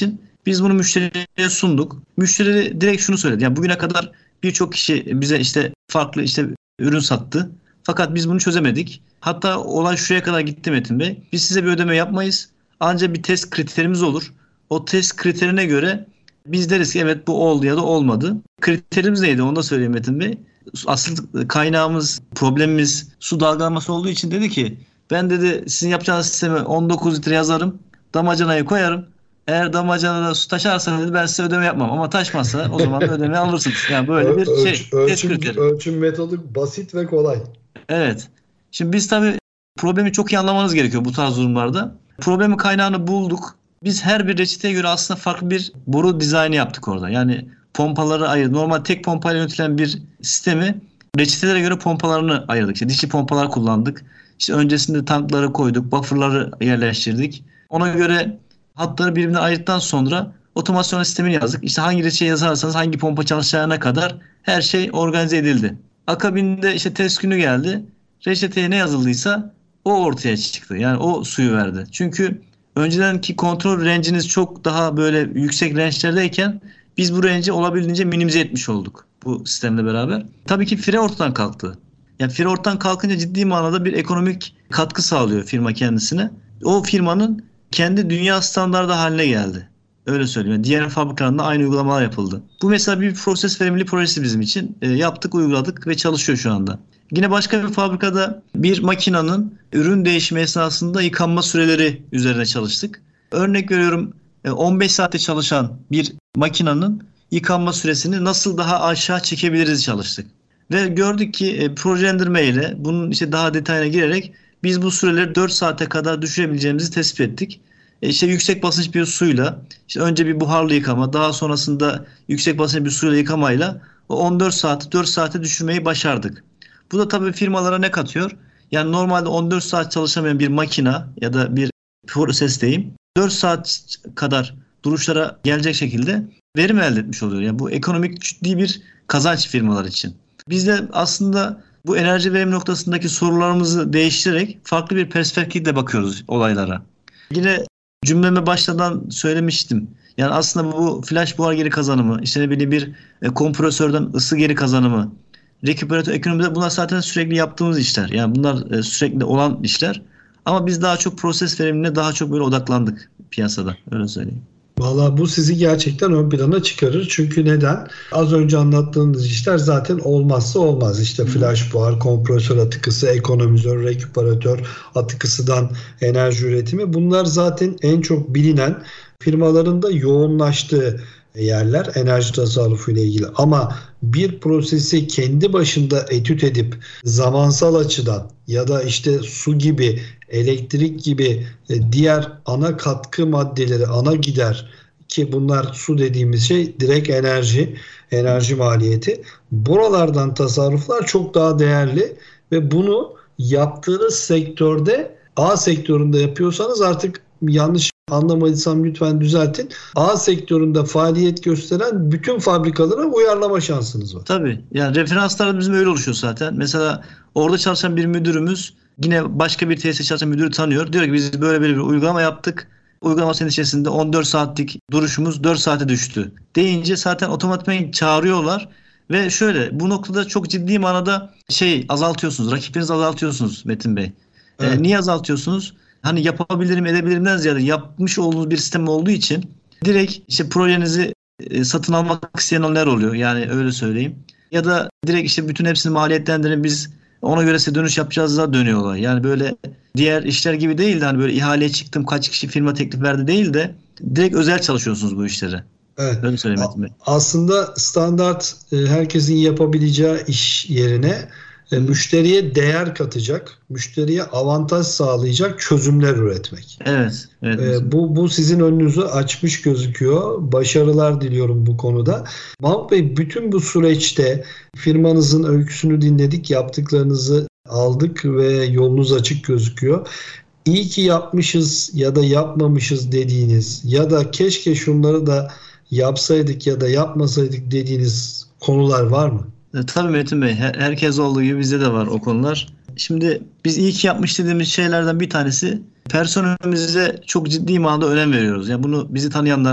Biz bunu müşteriye sunduk. Müşteri direkt şunu söyledi. Yani bugüne kadar birçok kişi bize işte farklı işte ürün sattı. Fakat biz bunu çözemedik. Hatta olay şuraya kadar gitti Metin Bey. Biz size bir ödeme yapmayız. Ancak bir test kriterimiz olur. O test kriterine göre biz deriz ki evet bu oldu ya da olmadı. Kriterimiz neydi onu da söyleyeyim Metin Bey. Asıl kaynağımız, problemimiz su dalgalanması olduğu için dedi ki ben dedi sizin yapacağınız sisteme on dokuz litre yazarım. Damacanayı koyarım. Eğer damacanada su taşarsa dedi ben size ödeme yapmam. Ama taşmazsa o zaman da ödeme alırsınız. Yani böyle bir şey. Ölç, ölçüm, ölçüm metodu basit ve kolay. Evet. Şimdi biz tabii problemi çok iyi anlamanız gerekiyor bu tarz durumlarda. Problemin kaynağını bulduk. Biz her bir reçeteye göre aslında farklı bir boru dizaynı yaptık orada. Yani pompaları ayırdık. Normal tek pompayla yönetilen bir sistemi reçetelere göre pompalarını ayırdık. İşte dişli pompalar kullandık. İşte öncesinde tankları koyduk, bufferları yerleştirdik. Ona göre hatları birbirine ayırdıktan sonra otomasyon sistemini yazdık. İşte hangi reçeteyi yazarsanız hangi pompa çalışacağına kadar her şey organize edildi. Akabinde işte test günü geldi. Reçeteye ne yazıldıysa o ortaya çıktı. Yani o suyu verdi. Çünkü öncedenki kontrol range'iniz çok daha böyle yüksek range'lerdeyken biz bu range'i olabildiğince minimize etmiş olduk bu sistemle beraber. Tabii ki fire ortadan kalktı. Yani fire ortadan kalkınca ciddi manada bir ekonomik katkı sağlıyor firma kendisine. O firmanın kendi dünya standardı haline geldi. Öyle söyleyeyim. Yani diğer fabrikalarında aynı uygulamalar yapıldı. Bu mesela bir proses verimli projesi bizim için. E, yaptık, uyguladık ve çalışıyor şu anda. Yine başka bir fabrikada bir makinenin ürün değişimi esnasında yıkanma süreleri üzerine çalıştık. Örnek veriyorum on beş saatte çalışan bir makinenin yıkanma süresini nasıl daha aşağı çekebiliriz çalıştık. Ve gördük ki e, projelendirme ile bunun işte daha detayına girerek biz bu süreleri dört saate kadar düşürebileceğimizi tespit ettik. E işte yüksek basınç bir suyla, işte önce bir buharlı yıkama, daha sonrasında yüksek basınç bir suyla yıkamayla o on dört saati dört saate düşürmeyi başardık. Bu da tabii firmalara ne katıyor? Yani normalde on dört saat çalışamayan bir makina ya da bir proses diyeyim, dört saat kadar duruşlara gelecek şekilde verim elde etmiş oluyor. Yani bu ekonomik ciddi bir kazanç firmalar için. Biz de aslında bu enerji verim noktasındaki sorularımızı değiştirerek farklı bir perspektifle bakıyoruz olaylara. Yine cümleme başladan söylemiştim. Yani aslında bu flash buhar geri kazanımı, işte ne bileyim bir kompresörden ısı geri kazanımı, reküperatör ekonomide bunlar zaten sürekli yaptığımız işler. Yani bunlar sürekli olan işler. Ama biz daha çok proses verimine daha çok böyle odaklandık piyasada. Öyle söyleyeyim. Valla bu sizi gerçekten ön plana çıkarır. Çünkü neden? Az önce anlattığınız işler zaten olmazsa olmaz. İşte flash buhar, kompresör atık ısı, ekonomizör, reküperatör atık ısıdan enerji üretimi. Bunlar zaten en çok bilinen firmaların da yoğunlaştığı yerler enerji tasarrufu ile ilgili. Ama bir prosesi kendi başında etüt edip zamansal açıdan ya da işte su gibi, elektrik gibi diğer ana katkı maddeleri, ana gider ki bunlar su dediğimiz şey direkt enerji, enerji maliyeti. Buralardan tasarruflar çok daha değerli ve bunu yaptığınız sektörde A sektöründe yapıyorsanız artık yanlış anlamadıysam lütfen düzeltin. A sektöründe faaliyet gösteren bütün fabrikalara uyarlama şansınız var. Tabii. Yani referanslar bizim öyle oluşuyor zaten. Mesela orada çalışan bir müdürümüz yine başka bir tesiste çalışan müdürü tanıyor. Diyor ki biz böyle böyle bir uygulama yaptık. Uygulamasının içerisinde on dört saatlik duruşumuz dört saate düştü deyince zaten otomatikman çağırıyorlar. Ve şöyle bu noktada çok ciddi manada şey azaltıyorsunuz. Rakiplerinizi azaltıyorsunuz Metin Bey. Evet. Ee, niye azaltıyorsunuz? Hani yapabilirim edebilirimden ziyade yapmış olduğunuz bir sistem olduğu için direkt işte projenizi e, satın almak isteyenler oluyor. Yani öyle söyleyeyim. Ya da direkt işte bütün hepsini maliyetlendirin biz ona göre size dönüş yapacağız da dönüyorlar. Yani böyle diğer işler gibi değil de hani böyle ihaleye çıktım kaç kişi firma teklif verdi değil de direkt özel çalışıyorsunuz bu işlere. Evet. Öyle söyleyeyim Metin Bey. Aslında standart herkesin yapabileceği iş yerine E, müşteriye değer katacak, müşteriye avantaj sağlayacak çözümler üretmek. Evet. evet e, bu bu sizin önünüzü açmış gözüküyor. Başarılar diliyorum bu konuda. Mahmut Bey, bütün bu süreçte firmanızın öyküsünü dinledik, yaptıklarınızı aldık ve yolunuz açık gözüküyor. İyi ki yapmışız ya da yapmamışız dediğiniz ya da keşke şunları da yapsaydık ya da yapmasaydık dediğiniz konular var mı? Tabii Metin Bey, her, herkes olduğu gibi bizde de var o konular. Şimdi biz iyi ki yapmış dediğimiz şeylerden bir tanesi personelimize çok ciddi manada önem veriyoruz. Yani bunu bizi tanıyanlar,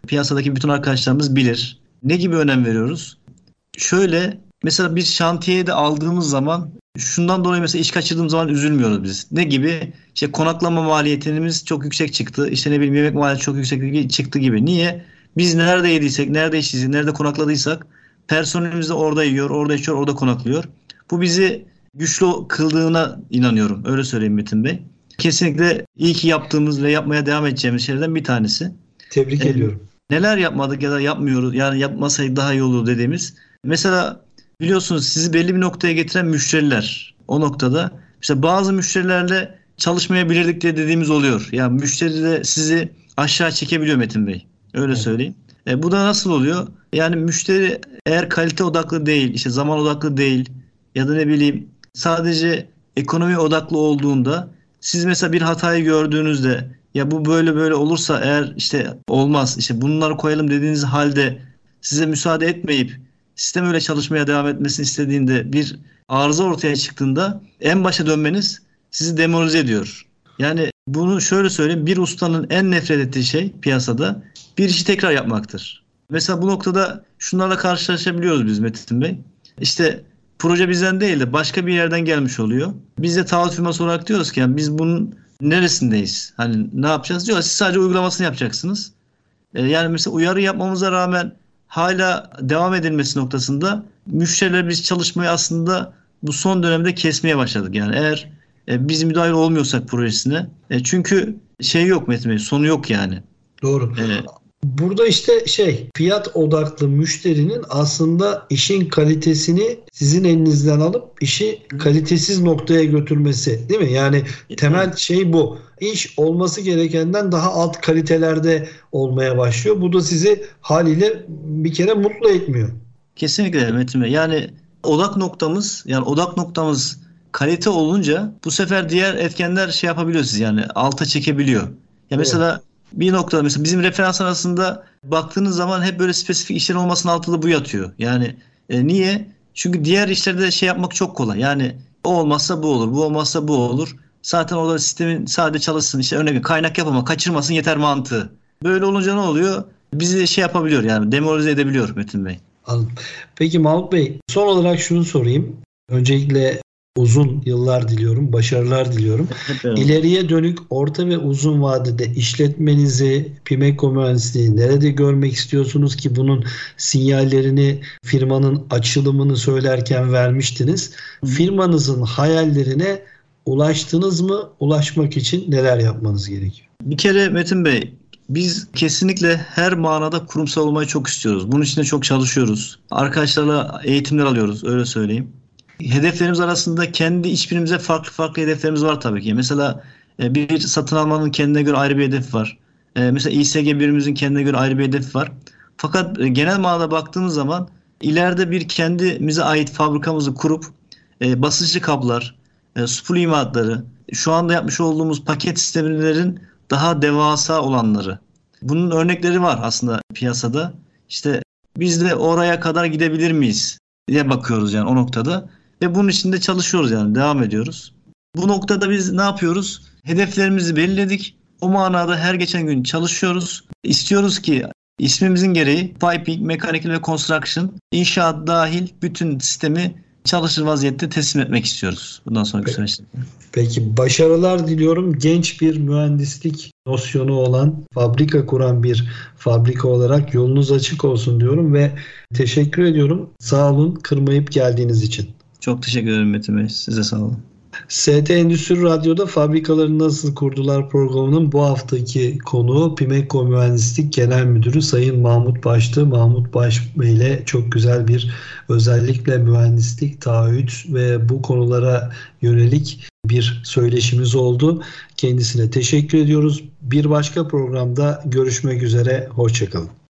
piyasadaki bütün arkadaşlarımız bilir. Ne gibi önem veriyoruz? Şöyle, mesela bir şantiyeye de aldığımız zaman şundan dolayı mesela iş kaçırdığımız zaman üzülmüyoruz biz. Ne gibi? İşte konaklama maliyetimiz çok yüksek çıktı. İşte ne bileyim yemek maliyeti çok yüksek çıktı gibi. Niye? Biz nerede yediysek, nerede içtiysek, nerede konakladıysak personelimiz de orada yiyor, orada içiyor, orada konaklıyor. Bu bizi güçlü kıldığına inanıyorum. Öyle söyleyeyim Metin Bey. Kesinlikle iyi ki yaptığımız ve yapmaya devam edeceğimiz şeylerden bir tanesi. Tebrik ee, ediyorum. Neler yapmadık ya da yapmıyoruz, yani yapmasaydık daha iyi olur dediğimiz. Mesela biliyorsunuz sizi belli bir noktaya getiren müşteriler. O noktada işte bazı müşterilerle çalışmayabilirdik diye dediğimiz oluyor. Yani müşteri de sizi aşağı çekebiliyor Metin Bey. Öyle evet. söyleyeyim. E, bu da nasıl oluyor? Yani müşteri eğer kalite odaklı değil, işte zaman odaklı değil ya da ne bileyim sadece ekonomi odaklı olduğunda siz mesela bir hatayı gördüğünüzde ya bu böyle böyle olursa eğer işte olmaz, işte bunları koyalım dediğiniz halde size müsaade etmeyip sistem öyle çalışmaya devam etmesini istediğinde bir arıza ortaya çıktığında en başa dönmeniz sizi demoralize ediyor. Yani bunu şöyle söyleyeyim, bir ustanın en nefret ettiği şey piyasada bir işi tekrar yapmaktır. Mesela bu noktada şunlarla karşılaşabiliyoruz biz Metin Bey. İşte proje bizden değil de başka bir yerden gelmiş oluyor. Biz de taahhüt firması olarak diyoruz ki yani biz bunun neresindeyiz? Hani ne yapacağız diyor. Siz sadece uygulamasını yapacaksınız. Ee, yani mesela uyarı yapmamıza rağmen hala devam edilmesi noktasında müşteriler biz çalışmayı aslında bu son dönemde kesmeye başladık. Yani eğer e, biz müdahil olmuyorsak projesine. E, çünkü şey yok Metin Bey, sonu yok yani. Doğru. Evet. Burada işte şey fiyat odaklı müşterinin aslında işin kalitesini sizin elinizden alıp işi kalitesiz noktaya götürmesi, değil mi? Yani temel şey bu. İş olması gerekenden daha alt kalitelerde olmaya başlıyor. Bu da sizi haliyle bir kere mutlu etmiyor. Kesinlikle Metin Bey. Yani odak noktamız yani odak noktamız kalite olunca bu sefer diğer etkenler şey yapabiliyor siz yani alta çekebiliyor. Ya mesela evet. Bir noktada mesela bizim referans arasında baktığınız zaman hep böyle spesifik işlerin olmasının altında bu yatıyor. Yani e, niye? Çünkü diğer işlerde şey yapmak çok kolay. Yani o olmazsa bu olur, bu olmazsa bu olur. Zaten orada sistemin sadece çalışsın, işte örneğin kaynak yapama, kaçırmasın yeter mantığı. Böyle olunca ne oluyor? Bizi şey yapabiliyor yani demoralize edebiliyor Metin Bey. Anladım. Peki Mahmut Bey, son olarak şunu sorayım. Öncelikle uzun yıllar diliyorum, başarılar diliyorum. İleriye dönük orta ve uzun vadede işletmenizi, Pimeko Mühendisliği nerede görmek istiyorsunuz ki bunun sinyallerini firmanın açılımını söylerken vermiştiniz. Firmanızın hayallerine ulaştınız mı? Ulaşmak için neler yapmanız gerekiyor? Bir kere Metin Bey, biz kesinlikle her manada kurumsal olmayı çok istiyoruz. Bunun için de çok çalışıyoruz. Arkadaşlarla eğitimler alıyoruz, öyle söyleyeyim. Hedeflerimiz arasında kendi hiçbirimize farklı farklı hedeflerimiz var tabii ki. Mesela bir satın almanın kendine göre ayrı bir hedefi var. Mesela İ S G birimizin kendine göre ayrı bir hedefi var. Fakat genel manada baktığımız zaman ileride bir kendimize ait fabrikamızı kurup basınçlı kablar, spool imalatları, şu anda yapmış olduğumuz paket sistemlerin daha devasa olanları. Bunun örnekleri var aslında piyasada. İşte biz de oraya kadar gidebilir miyiz diye bakıyoruz yani o noktada. Ve bunun için de çalışıyoruz yani devam ediyoruz. Bu noktada biz ne yapıyoruz? Hedeflerimizi belirledik. O manada her geçen gün çalışıyoruz. İstiyoruz ki ismimizin gereği Piping, Mechanical ve Construction inşaat dahil bütün sistemi çalışır vaziyette teslim etmek istiyoruz bundan sonraki Peki. süreçte. Peki başarılar diliyorum. Genç bir mühendislik nosyonu olan, fabrika kuran bir fabrika olarak yolunuz açık olsun diyorum ve teşekkür ediyorum. Sağ olun kırmayıp geldiğiniz için. Çok teşekkür ederim Metin Bey. Size sağ olun. S T Endüstri Radyo'da Fabrikaları Nasıl Kurdular programının bu haftaki konuğu Pimeko Mühendislik Genel Müdürü Sayın Mahmut Baş'tı. Mahmut Baş Bey ile çok güzel bir özellikle mühendislik, taahhüt ve bu konulara yönelik bir söyleşimiz oldu. Kendisine teşekkür ediyoruz. Bir başka programda görüşmek üzere. Hoşça kalın.